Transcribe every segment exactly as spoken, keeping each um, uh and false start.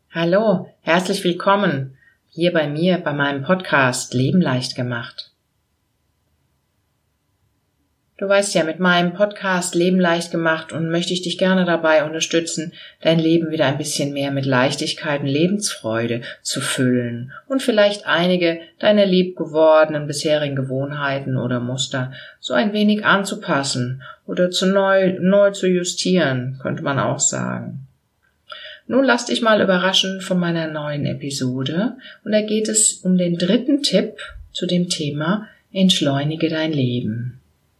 Hallo, herzlich willkommen hier bei mir bei meinem Podcast Leben leicht gemacht. Du weißt ja, mit meinem Podcast Leben leicht gemacht und möchte ich dich gerne dabei unterstützen, dein Leben wieder ein bisschen mehr mit Leichtigkeit und Lebensfreude zu füllen und vielleicht einige deiner liebgewordenen bisherigen Gewohnheiten oder Muster so ein wenig anzupassen oder zu neu, neu zu justieren, könnte man auch sagen. Nun lass dich mal überraschen von meiner neuen Episode und da geht es um den dritten Tipp zu dem Thema Entschleunige dein Leben.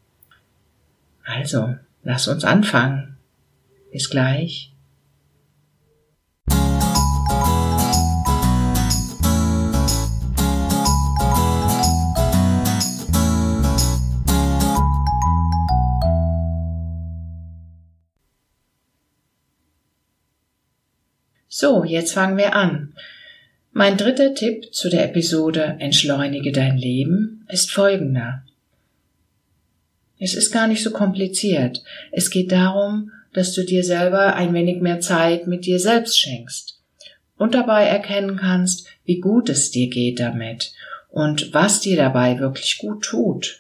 Also, lass uns anfangen. Bis gleich. So, jetzt fangen wir an. Mein dritter Tipp zu der Episode Entschleunige dein Leben ist folgender. Es ist gar nicht so kompliziert. Es geht darum, dass du dir selber ein wenig mehr Zeit mit dir selbst schenkst und dabei erkennen kannst, wie gut es dir geht damit und was dir dabei wirklich gut tut.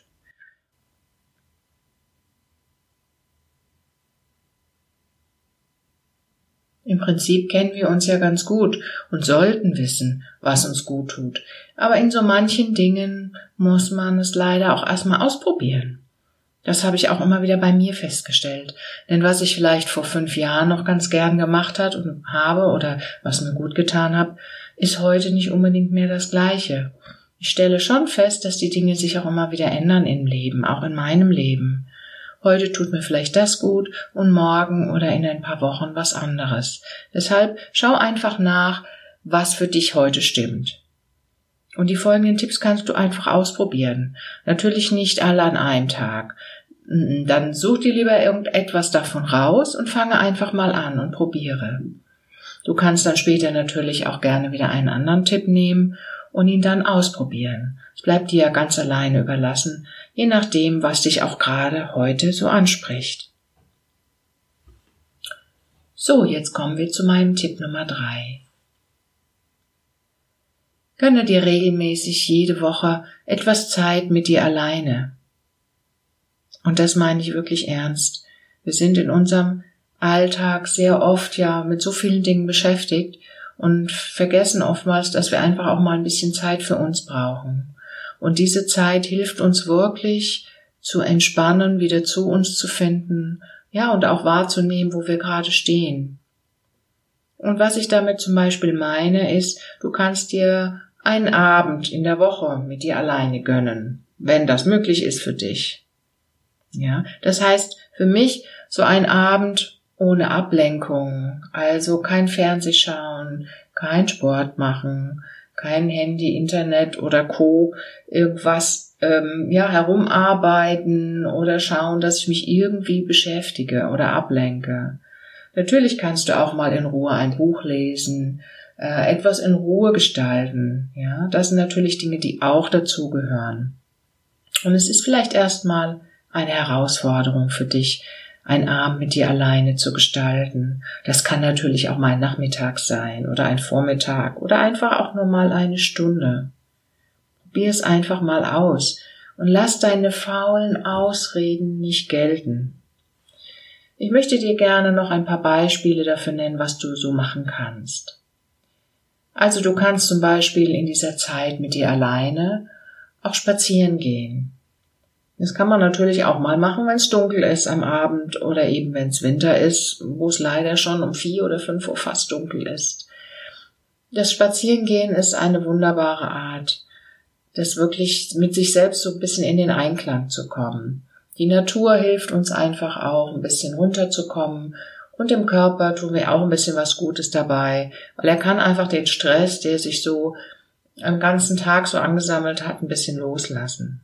Im Prinzip kennen wir uns ja ganz gut und sollten wissen, was uns gut tut. Aber in so manchen Dingen muss man es leider auch erstmal ausprobieren. Das habe ich auch immer wieder bei mir festgestellt. Denn was ich vielleicht vor fünf Jahren noch ganz gern gemacht hat und habe oder was mir gut getan hat, ist heute nicht unbedingt mehr das Gleiche. Ich stelle schon fest, dass die Dinge sich auch immer wieder ändern im Leben, auch in meinem Leben. Heute tut mir vielleicht das gut und morgen oder in ein paar Wochen was anderes. Deshalb schau einfach nach, was für dich heute stimmt. Und die folgenden Tipps kannst du einfach ausprobieren. Natürlich nicht alle an einem Tag. Dann such dir lieber irgendetwas davon raus und fange einfach mal an und probiere. Du kannst dann später natürlich auch gerne wieder einen anderen Tipp nehmen und ihn dann ausprobieren. Es bleibt dir ja ganz alleine überlassen, je nachdem, was dich auch gerade heute so anspricht. So, jetzt kommen wir zu meinem Tipp Nummer drei. Gönne dir regelmäßig jede Woche etwas Zeit mit dir alleine. Und das meine ich wirklich ernst. Wir sind in unserem Alltag sehr oft ja mit so vielen Dingen beschäftigt und vergessen oftmals, dass wir einfach auch mal ein bisschen Zeit für uns brauchen. Und diese Zeit hilft uns wirklich zu entspannen, wieder zu uns zu finden, ja, und auch wahrzunehmen, wo wir gerade stehen. Und was ich damit zum Beispiel meine, ist, du kannst dir einen Abend in der Woche mit dir alleine gönnen, wenn das möglich ist für dich. Ja, das heißt für mich so ein Abend ohne Ablenkung, also kein Fernsehschauen, kein Sport machen, kein Handy, Internet oder Co. irgendwas ähm, ja herumarbeiten oder schauen, dass ich mich irgendwie beschäftige oder ablenke. Natürlich kannst du auch mal in Ruhe ein Buch lesen, äh, etwas in Ruhe gestalten. Ja, das sind natürlich Dinge, die auch dazugehören. Und es ist vielleicht erstmal eine Herausforderung für dich, einen Abend mit dir alleine zu gestalten. Das kann natürlich auch mal ein Nachmittag sein oder ein Vormittag oder einfach auch nur mal eine Stunde. Probier es einfach mal aus und lass deine faulen Ausreden nicht gelten. Ich möchte dir gerne noch ein paar Beispiele dafür nennen, was du so machen kannst. Also du kannst zum Beispiel in dieser Zeit mit dir alleine auch spazieren gehen. Das kann man natürlich auch mal machen, wenn es dunkel ist am Abend oder eben wenn es Winter ist, wo es leider schon um vier oder fünf Uhr fast dunkel ist. Das Spazierengehen ist eine wunderbare Art, das wirklich mit sich selbst so ein bisschen in den Einklang zu kommen. Die Natur hilft uns einfach auch, ein bisschen runterzukommen und dem Körper tun wir auch ein bisschen was Gutes dabei, weil er kann einfach den Stress, der sich so am ganzen Tag so angesammelt hat, ein bisschen loslassen.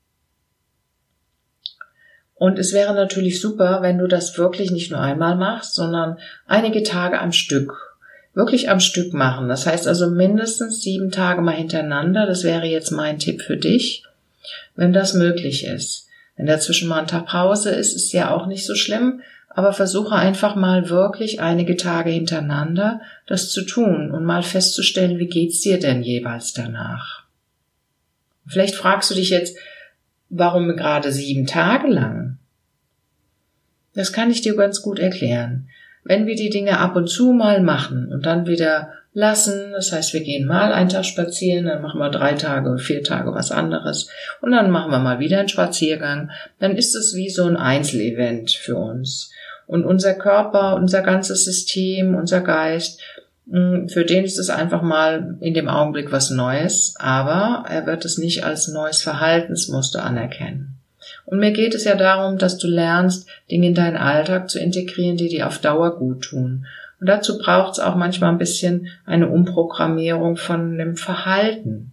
Und es wäre natürlich super, wenn du das wirklich nicht nur einmal machst, sondern einige Tage am Stück, wirklich am Stück machen. Das heißt also mindestens sieben Tage mal hintereinander. Das wäre jetzt mein Tipp für dich, wenn das möglich ist. Wenn dazwischen mal ein Tag Pause ist, ist ja auch nicht so schlimm, aber versuche einfach mal wirklich einige Tage hintereinander das zu tun und mal festzustellen, wie geht's dir denn jeweils danach. Vielleicht fragst du dich jetzt, warum gerade sieben Tage lang? Das kann ich dir ganz gut erklären. Wenn wir die Dinge ab und zu mal machen und dann wieder lassen, das heißt, wir gehen mal einen Tag spazieren, dann machen wir drei Tage, vier Tage was anderes und dann machen wir mal wieder einen Spaziergang, dann ist es wie so ein Einzelevent für uns. Und unser Körper, unser ganzes System, unser Geist, für den ist es einfach mal in dem Augenblick was Neues, aber er wird es nicht als neues Verhaltensmuster anerkennen. Und mir geht es ja darum, dass du lernst, Dinge in deinen Alltag zu integrieren, die dir auf Dauer gut tun. Und dazu braucht es auch manchmal ein bisschen eine Umprogrammierung von dem Verhalten.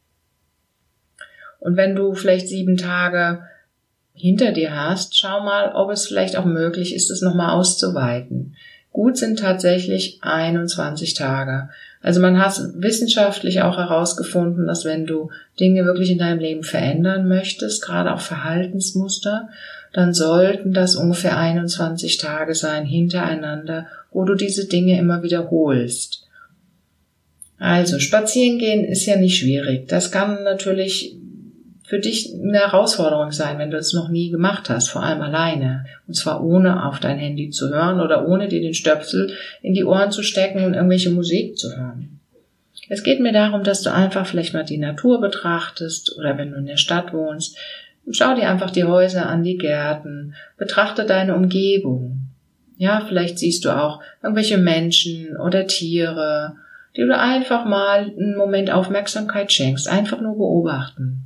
Und wenn du vielleicht sieben Tage hinter dir hast, schau mal, ob es vielleicht auch möglich ist, es nochmal auszuweiten. Gut sind tatsächlich einundzwanzig Tage. Also man hat wissenschaftlich auch herausgefunden, dass wenn du Dinge wirklich in deinem Leben verändern möchtest, gerade auch Verhaltensmuster, dann sollten das ungefähr einundzwanzig Tage sein hintereinander, wo du diese Dinge immer wiederholst. Also spazieren gehen ist ja nicht schwierig. Das kann natürlich für dich eine Herausforderung sein, wenn du es noch nie gemacht hast, vor allem alleine. Und zwar ohne auf dein Handy zu hören oder ohne dir den Stöpsel in die Ohren zu stecken und irgendwelche Musik zu hören. Es geht mir darum, dass du einfach vielleicht mal die Natur betrachtest oder wenn du in der Stadt wohnst, schau dir einfach die Häuser an, die Gärten, betrachte deine Umgebung. Ja, vielleicht siehst du auch irgendwelche Menschen oder Tiere, die du einfach mal einen Moment Aufmerksamkeit schenkst, einfach nur beobachten.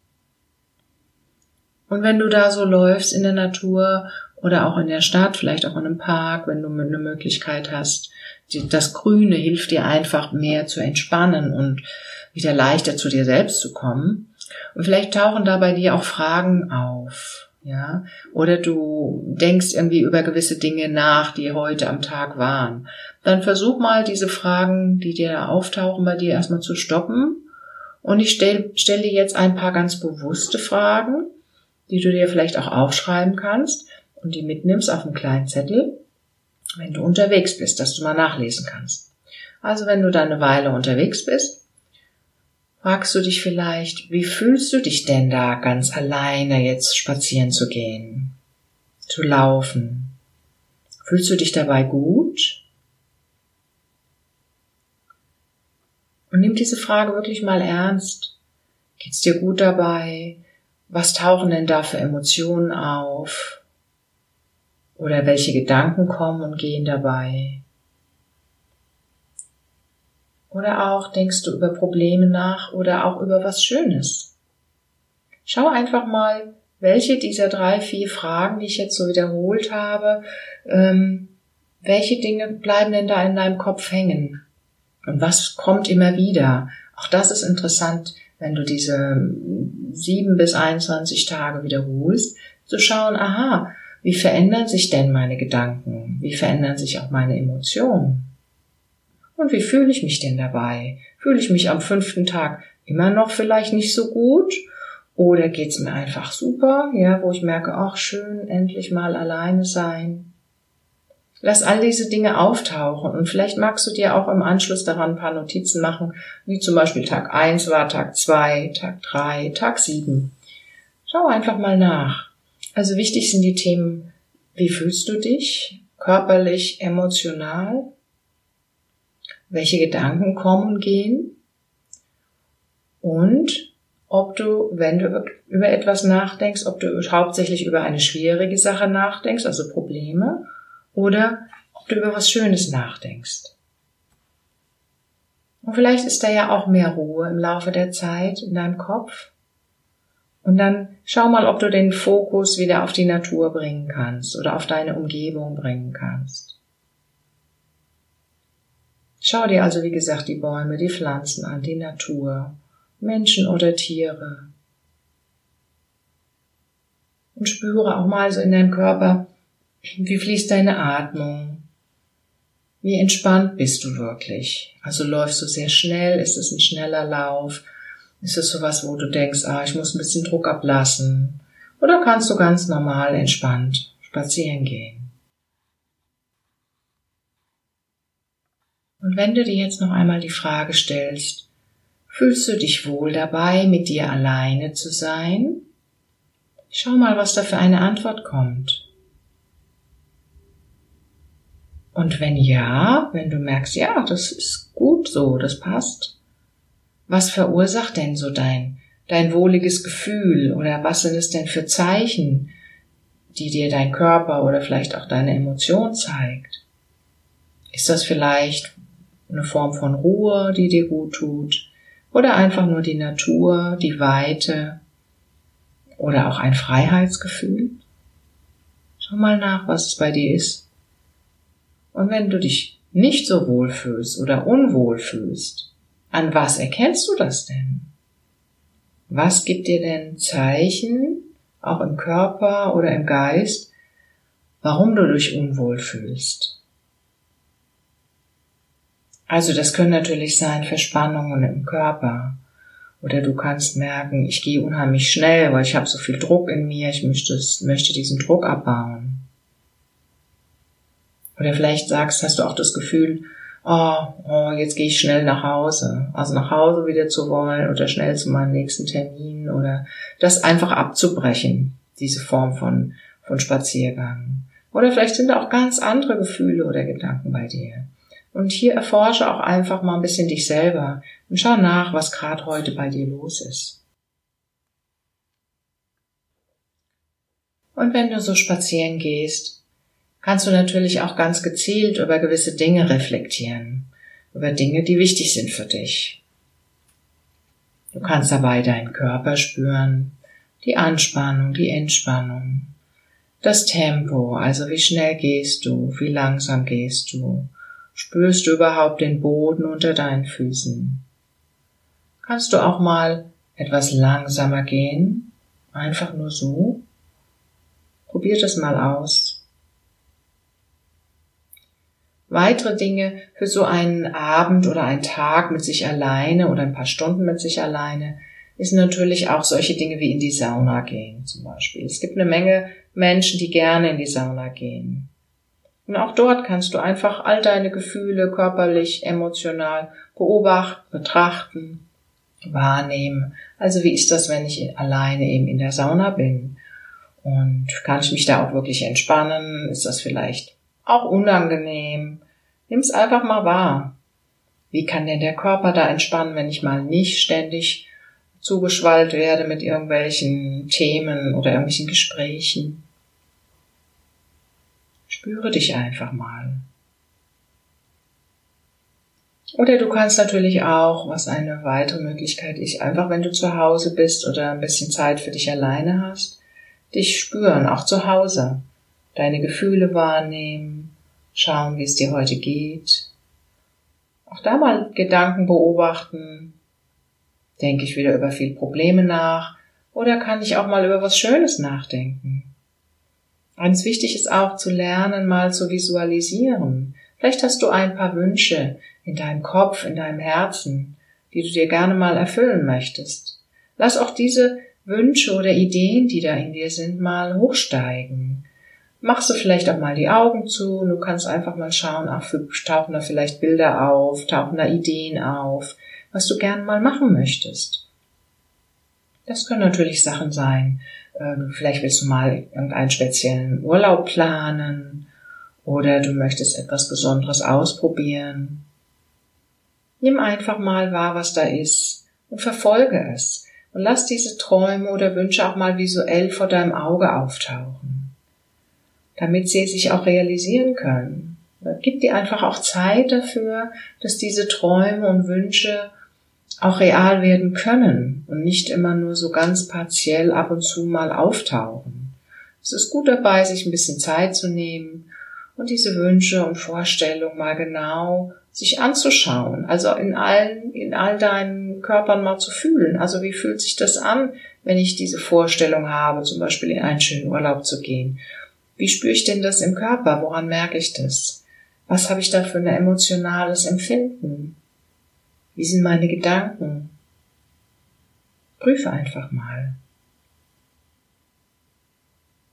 Und wenn du da so läufst in der Natur oder auch in der Stadt, vielleicht auch in einem Park, wenn du eine Möglichkeit hast, das Grüne hilft dir einfach mehr zu entspannen und wieder leichter zu dir selbst zu kommen. Und vielleicht tauchen da bei dir auch Fragen auf, ja? Oder du denkst irgendwie über gewisse Dinge nach, die heute am Tag waren. Dann versuch mal, diese Fragen, die dir da auftauchen, bei dir erstmal zu stoppen. Und ich stell, stell dir jetzt ein paar ganz bewusste Fragen, die du dir vielleicht auch aufschreiben kannst und die mitnimmst auf einen kleinen Zettel, wenn du unterwegs bist, dass du mal nachlesen kannst. Also wenn du da eine Weile unterwegs bist, fragst du dich vielleicht, wie fühlst du dich denn da ganz alleine jetzt spazieren zu gehen, zu laufen? Fühlst du dich dabei gut? Und nimm diese Frage wirklich mal ernst. Geht's dir gut dabei? Was tauchen denn da für Emotionen auf? Oder welche Gedanken kommen und gehen dabei? Oder auch denkst du über Probleme nach oder auch über was Schönes? Schau einfach mal, welche dieser drei, vier Fragen, die ich jetzt so wiederholt habe, ähm, welche Dinge bleiben denn da in deinem Kopf hängen? Und was kommt immer wieder? Auch das ist interessant, wenn du diese sieben bis einundzwanzig Tage wiederholst, zu schauen, aha, wie verändern sich denn meine Gedanken? Wie verändern sich auch meine Emotionen? Und wie fühle ich mich denn dabei? Fühle ich mich am fünften Tag immer noch vielleicht nicht so gut? Oder geht's mir einfach super, ja, wo ich merke, ach schön, endlich mal alleine sein? Lass all diese Dinge auftauchen und vielleicht magst du dir auch im Anschluss daran ein paar Notizen machen, wie zum Beispiel Tag eins war, Tag zwei, Tag drei, Tag sieben. Schau einfach mal nach. Also wichtig sind die Themen, wie fühlst du dich, körperlich, emotional? Welche Gedanken kommen und gehen? Und ob du, wenn du über etwas nachdenkst, ob du hauptsächlich über eine schwierige Sache nachdenkst, also Probleme, oder ob du über was Schönes nachdenkst. Und vielleicht ist da ja auch mehr Ruhe im Laufe der Zeit in deinem Kopf. Und dann schau mal, ob du den Fokus wieder auf die Natur bringen kannst oder auf deine Umgebung bringen kannst. Schau dir also, wie gesagt, die Bäume, die Pflanzen an, die Natur, Menschen oder Tiere. Und spüre auch mal so in deinem Körper, wie fließt deine Atmung? Wie entspannt bist du wirklich? Also läufst du sehr schnell? Ist es ein schneller Lauf? Ist es sowas, wo du denkst, ah, ich muss ein bisschen Druck ablassen? Oder kannst du ganz normal entspannt spazieren gehen? Und wenn du dir jetzt noch einmal die Frage stellst, fühlst du dich wohl dabei, mit dir alleine zu sein? Schau mal, was da für eine Antwort kommt. Und wenn ja, wenn du merkst, ja, das ist gut so, das passt, was verursacht denn so dein, dein wohliges Gefühl oder was sind es denn für Zeichen, die dir dein Körper oder vielleicht auch deine Emotion zeigt? Ist das vielleicht eine Form von Ruhe, die dir gut tut, oder einfach nur die Natur, die Weite oder auch ein Freiheitsgefühl? Schau mal nach, was es bei dir ist. Und wenn du dich nicht so wohl fühlst oder unwohl fühlst, an was erkennst du das denn? Was gibt dir denn Zeichen, auch im Körper oder im Geist, warum du dich unwohl fühlst? Also das können natürlich sein Verspannungen im Körper. Oder du kannst merken, ich gehe unheimlich schnell, weil ich habe so viel Druck in mir, ich möchte, möchte diesen Druck abbauen. Oder vielleicht sagst, hast du auch das Gefühl, oh, oh, jetzt gehe ich schnell nach Hause. Also nach Hause wieder zu wollen oder schnell zu meinem nächsten Termin oder das einfach abzubrechen, diese Form von, von Spaziergang. Oder vielleicht sind da auch ganz andere Gefühle oder Gedanken bei dir. Und hier erforsche auch einfach mal ein bisschen dich selber und schau nach, was gerade heute bei dir los ist. Und wenn du so spazieren gehst, kannst du natürlich auch ganz gezielt über gewisse Dinge reflektieren, über Dinge, die wichtig sind für dich. Du kannst dabei deinen Körper spüren, die Anspannung, die Entspannung, das Tempo, also wie schnell gehst du, wie langsam gehst du, spürst du überhaupt den Boden unter deinen Füßen. Kannst du auch mal etwas langsamer gehen, einfach nur so? Probier das mal aus. Weitere Dinge für so einen Abend oder einen Tag mit sich alleine oder ein paar Stunden mit sich alleine ist natürlich auch solche Dinge wie in die Sauna gehen zum Beispiel. Es gibt eine Menge Menschen, die gerne in die Sauna gehen. Und auch dort kannst du einfach all deine Gefühle körperlich, emotional beobachten, betrachten, wahrnehmen. Also wie ist das, wenn ich alleine eben in der Sauna bin? Und kann ich mich da auch wirklich entspannen? Ist das vielleicht auch unangenehm? Nimm's einfach mal wahr. Wie kann denn der Körper da entspannen, wenn ich mal nicht ständig zugeschwallt werde mit irgendwelchen Themen oder irgendwelchen Gesprächen? Spüre dich einfach mal. Oder du kannst natürlich auch, was eine weitere Möglichkeit ist, einfach wenn du zu Hause bist oder ein bisschen Zeit für dich alleine hast, dich spüren, auch zu Hause. Deine Gefühle wahrnehmen, schauen, wie es dir heute geht. Auch da mal Gedanken beobachten. Denke ich wieder über viele Probleme nach oder kann ich auch mal über was Schönes nachdenken? Ganz wichtig ist auch zu lernen, mal zu visualisieren. Vielleicht hast du ein paar Wünsche in deinem Kopf, in deinem Herzen, die du dir gerne mal erfüllen möchtest. Lass auch diese Wünsche oder Ideen, die da in dir sind, mal hochsteigen. Machst du vielleicht auch mal die Augen zu und du kannst einfach mal schauen, ach, tauchen da vielleicht Bilder auf, tauchen da Ideen auf, was du gern mal machen möchtest. Das können natürlich Sachen sein, vielleicht willst du mal irgendeinen speziellen Urlaub planen oder du möchtest etwas Besonderes ausprobieren. Nimm einfach mal wahr, was da ist und verfolge es und lass diese Träume oder Wünsche auch mal visuell vor deinem Auge auftauchen, damit sie sich auch realisieren können. Gib dir einfach auch Zeit dafür, dass diese Träume und Wünsche auch real werden können und nicht immer nur so ganz partiell ab und zu mal auftauchen. Es ist gut dabei, sich ein bisschen Zeit zu nehmen und diese Wünsche und Vorstellungen mal genau sich anzuschauen, also in allen, in all deinen Körpern mal zu fühlen. Also wie fühlt sich das an, wenn ich diese Vorstellung habe, zum Beispiel in einen schönen Urlaub zu gehen? Wie spüre ich denn das im Körper? Woran merke ich das? Was habe ich da für ein emotionales Empfinden? Wie sind meine Gedanken? Prüfe einfach mal.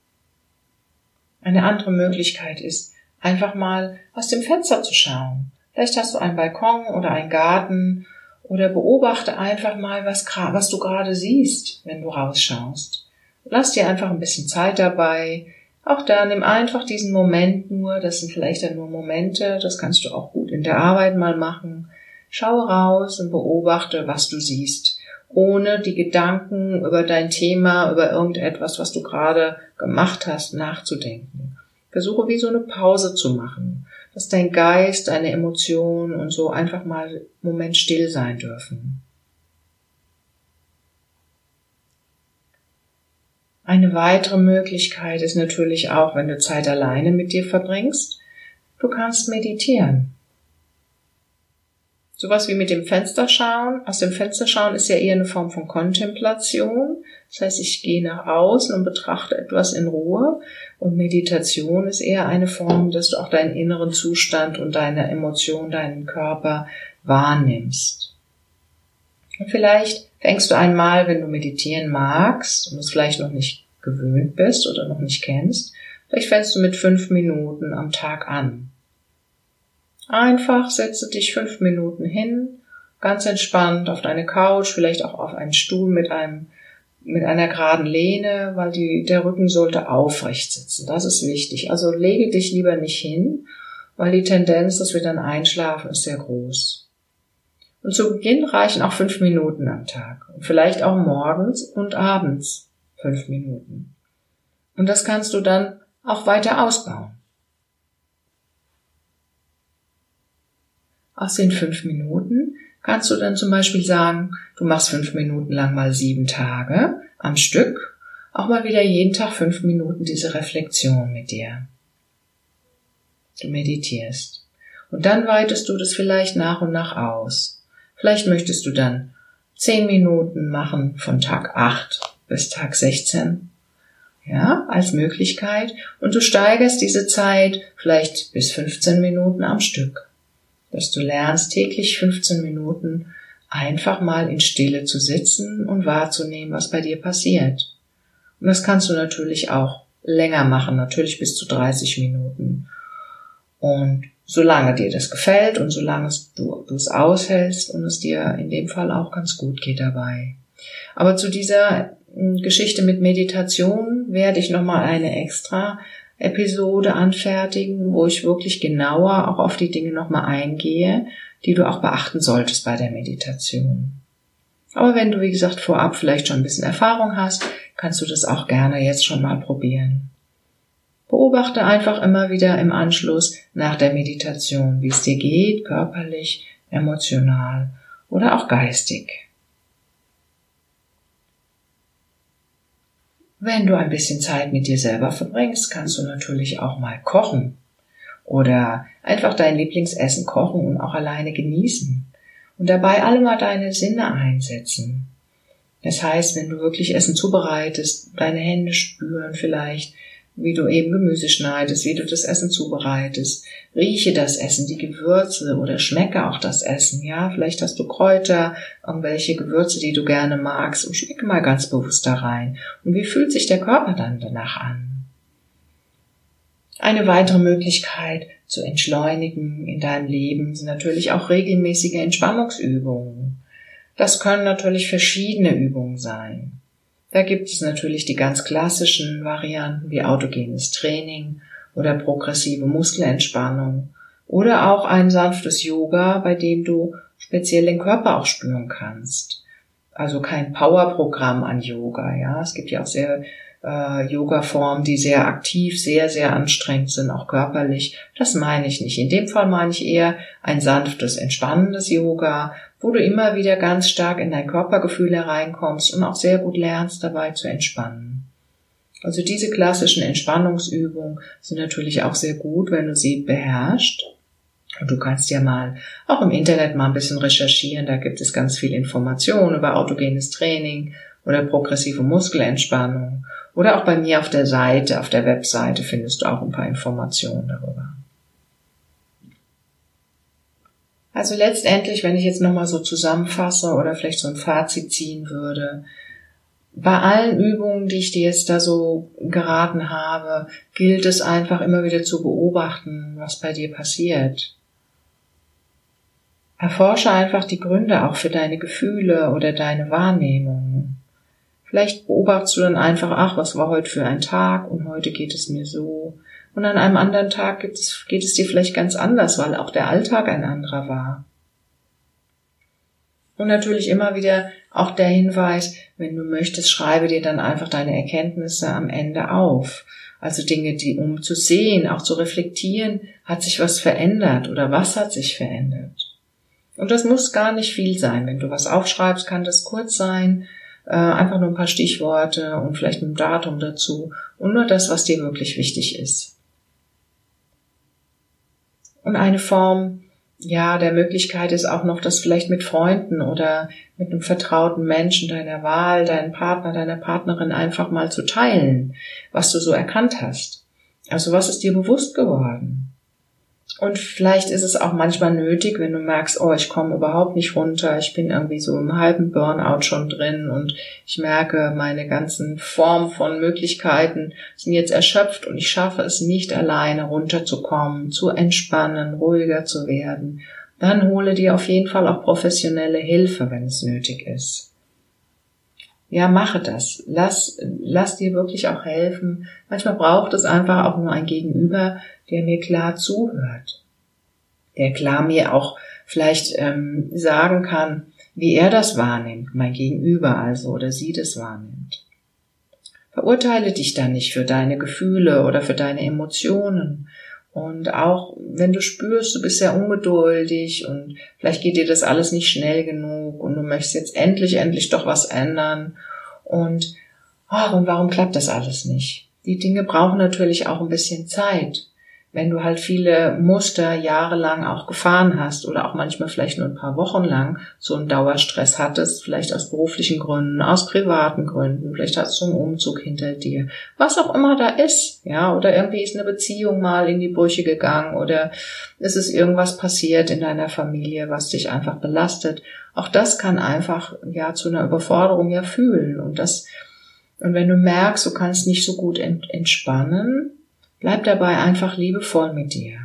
Eine andere Möglichkeit ist, einfach mal aus dem Fenster zu schauen. Vielleicht hast du einen Balkon oder einen Garten oder beobachte einfach mal, was, was du gerade siehst, wenn du rausschaust. Lass dir einfach ein bisschen Zeit dabei. Auch da nimm einfach diesen Moment nur, das sind vielleicht dann nur Momente, das kannst du auch gut in der Arbeit mal machen. Schau raus und beobachte, was du siehst, ohne die Gedanken über dein Thema, über irgendetwas, was du gerade gemacht hast, nachzudenken. Versuche wie so eine Pause zu machen, dass dein Geist, deine Emotionen und so einfach mal einen Moment still sein dürfen. Eine weitere Möglichkeit ist natürlich auch, wenn du Zeit alleine mit dir verbringst, du kannst meditieren. Sowas wie mit dem Fenster schauen. Aus dem Fenster schauen ist ja eher eine Form von Kontemplation. Das heißt, ich gehe nach außen und betrachte etwas in Ruhe. Und Meditation ist eher eine Form, dass du auch deinen inneren Zustand und deine Emotionen, deinen Körper wahrnimmst. Und vielleicht fängst du einmal, wenn du meditieren magst und es vielleicht noch nicht gewöhnt bist oder noch nicht kennst, vielleicht fängst du mit fünf Minuten am Tag an. Einfach setze dich fünf Minuten hin, ganz entspannt auf deine Couch, vielleicht auch auf einen Stuhl mit einem, mit einer geraden Lehne, weil die, der Rücken sollte aufrecht sitzen. Das ist wichtig. Also lege dich lieber nicht hin, weil die Tendenz, dass wir dann einschlafen, ist sehr groß. Und zu Beginn reichen auch fünf Minuten am Tag. Und vielleicht auch morgens und abends fünf Minuten. Und das kannst du dann auch weiter ausbauen. Aus den fünf Minuten kannst du dann zum Beispiel sagen, du machst fünf Minuten lang mal sieben Tage am Stück, auch mal wieder jeden Tag fünf Minuten diese Reflexion mit dir. Du meditierst. Und dann weitest du das vielleicht nach und nach aus. Vielleicht möchtest du dann zehn Minuten machen von Tag acht bis Tag sechzehn, ja, als Möglichkeit. Und du steigerst diese Zeit vielleicht bis fünfzehn Minuten am Stück. Dass du lernst, täglich fünfzehn Minuten einfach mal in Stille zu sitzen und wahrzunehmen, was bei dir passiert. Und das kannst du natürlich auch länger machen, natürlich bis zu dreißig Minuten. Und solange dir das gefällt und solange du, du es aushältst und es dir in dem Fall auch ganz gut geht dabei. Aber zu dieser Geschichte mit Meditation werde ich nochmal eine extra Episode anfertigen, wo ich wirklich genauer auch auf die Dinge nochmal eingehe, die du auch beachten solltest bei der Meditation. Aber wenn du, wie gesagt, vorab vielleicht schon ein bisschen Erfahrung hast, kannst du das auch gerne jetzt schon mal probieren. Beobachte einfach immer wieder im Anschluss nach der Meditation, wie es dir geht, körperlich, emotional oder auch geistig. Wenn du ein bisschen Zeit mit dir selber verbringst, kannst du natürlich auch mal kochen oder einfach dein Lieblingsessen kochen und auch alleine genießen und dabei alle mal deine Sinne einsetzen. Das heißt, wenn du wirklich Essen zubereitest, deine Hände spüren vielleicht, wie du eben Gemüse schneidest, wie du das Essen zubereitest. Rieche das Essen, die Gewürze oder schmecke auch das Essen, ja. Vielleicht hast du Kräuter, irgendwelche Gewürze, die du gerne magst und schmecke mal ganz bewusst da rein. Und wie fühlt sich der Körper dann danach an? Eine weitere Möglichkeit zu entschleunigen in deinem Leben sind natürlich auch regelmäßige Entspannungsübungen. Das können natürlich verschiedene Übungen sein. Da gibt es natürlich die ganz klassischen Varianten wie autogenes Training oder progressive Muskelentspannung oder auch ein sanftes Yoga, bei dem du speziell den Körper auch spüren kannst. Also kein Powerprogramm an Yoga, ja. Es gibt ja auch sehr äh, Yoga-Formen, die sehr aktiv, sehr, sehr anstrengend sind, auch körperlich. Das meine ich nicht. In dem Fall meine ich eher ein sanftes, entspannendes Yoga, wo du immer wieder ganz stark in dein Körpergefühl hereinkommst und auch sehr gut lernst, dabei zu entspannen. Also diese klassischen Entspannungsübungen sind natürlich auch sehr gut, wenn du sie beherrschst. Und du kannst ja mal auch im Internet mal ein bisschen recherchieren, da gibt es ganz viel Informationen über autogenes Training oder progressive Muskelentspannung. Oder auch bei mir auf der Seite, auf der Webseite findest du auch ein paar Informationen darüber. Also letztendlich, wenn ich jetzt nochmal so zusammenfasse oder vielleicht so ein Fazit ziehen würde, bei allen Übungen, die ich dir jetzt da so geraten habe, gilt es einfach immer wieder zu beobachten, was bei dir passiert. Erforsche einfach die Gründe auch für deine Gefühle oder deine Wahrnehmungen. Vielleicht beobachtest du dann einfach, ach, was war heute für ein Tag und heute geht es mir so. Und an einem anderen Tag geht es, geht es dir vielleicht ganz anders, weil auch der Alltag ein anderer war. Und natürlich immer wieder auch der Hinweis, wenn du möchtest, schreibe dir dann einfach deine Erkenntnisse am Ende auf. Also Dinge, die, um zu sehen, auch zu reflektieren, hat sich was verändert oder was hat sich verändert. Und das muss gar nicht viel sein. Wenn du was aufschreibst, kann das kurz sein, äh, einfach nur ein paar Stichworte und vielleicht ein Datum dazu und nur das, was dir wirklich wichtig ist. Und eine Form, ja, der Möglichkeit ist auch noch, das vielleicht mit Freunden oder mit einem vertrauten Menschen deiner Wahl, deinem Partner, deiner Partnerin einfach mal zu teilen, was du so erkannt hast. Also was ist dir bewusst geworden? Und vielleicht ist es auch manchmal nötig, wenn du merkst, oh, ich komme überhaupt nicht runter, ich bin irgendwie so im halben Burnout schon drin und ich merke, meine ganzen Formen von Möglichkeiten sind jetzt erschöpft und ich schaffe es nicht alleine runterzukommen, zu entspannen, ruhiger zu werden. Dann hole dir auf jeden Fall auch professionelle Hilfe, wenn es nötig ist. Ja, mache das. Lass, lass dir wirklich auch helfen. Manchmal braucht es einfach auch nur ein Gegenüber, der mir klar zuhört. Der klar mir auch vielleicht ähm, sagen kann, wie er das wahrnimmt, mein Gegenüber also, oder sie das wahrnimmt. Verurteile dich dann nicht für deine Gefühle oder für deine Emotionen. Und auch wenn du spürst, du bist sehr ungeduldig und vielleicht geht dir das alles nicht schnell genug und du möchtest jetzt endlich, endlich doch was ändern und, oh, und warum klappt das alles nicht? Die Dinge brauchen natürlich auch ein bisschen Zeit. Wenn du halt viele Muster jahrelang auch gefahren hast oder auch manchmal vielleicht nur ein paar Wochen lang so einen Dauerstress hattest, vielleicht aus beruflichen Gründen, aus privaten Gründen, vielleicht hast du einen Umzug hinter dir, was auch immer da ist, ja, oder irgendwie ist eine Beziehung mal in die Brüche gegangen oder es ist irgendwas passiert in deiner Familie, was dich einfach belastet. Auch das kann einfach, ja, zu einer Überforderung ja fühlen und das, und wenn du merkst, du kannst nicht so gut entspannen, bleib dabei einfach liebevoll mit dir.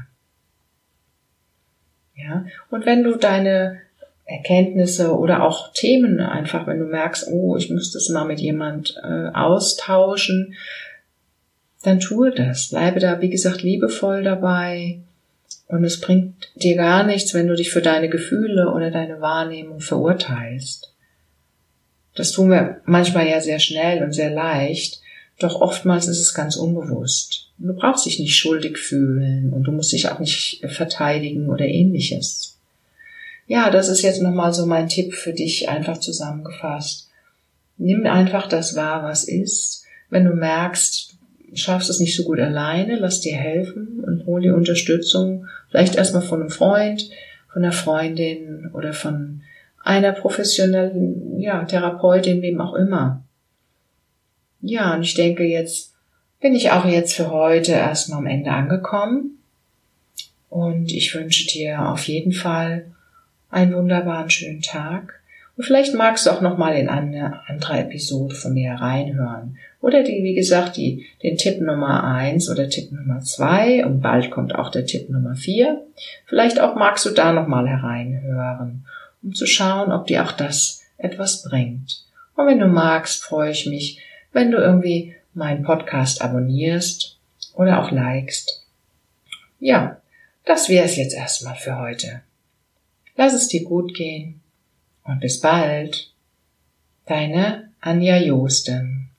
Ja, und wenn du deine Erkenntnisse oder auch Themen einfach, wenn du merkst, oh, ich müsste es mal mit jemand äh, austauschen, dann tue das. Bleibe da, wie gesagt, liebevoll dabei. Und es bringt dir gar nichts, wenn du dich für deine Gefühle oder deine Wahrnehmung verurteilst. Das tun wir manchmal ja sehr schnell und sehr leicht, doch oftmals ist es ganz unbewusst. Du brauchst dich nicht schuldig fühlen und du musst dich auch nicht verteidigen oder ähnliches. Ja, das ist jetzt nochmal so mein Tipp für dich, einfach zusammengefasst. Nimm einfach das wahr, was ist. Wenn du merkst, du schaffst es nicht so gut alleine, lass dir helfen und hol dir Unterstützung. Vielleicht erstmal von einem Freund, von einer Freundin oder von einer professionellen, ja, Therapeutin, wem auch immer. Ja, und ich denke, jetzt bin ich auch jetzt für heute erstmal am Ende angekommen. Und ich wünsche dir auf jeden Fall einen wunderbaren schönen Tag. Und vielleicht magst du auch nochmal in eine andere Episode von mir reinhören. Oder die, wie gesagt, die, den Tipp Nummer eins oder Tipp Nummer zwei. Und bald kommt auch der Tipp Nummer vier. Vielleicht auch magst du da nochmal hereinhören, um zu schauen, ob dir auch das etwas bringt. Und wenn du magst, freue ich mich, wenn du irgendwie meinen Podcast abonnierst oder auch likest. Ja, das wäre es jetzt erstmal für heute. Lass es dir gut gehen und bis bald. Deine Anja Joosten.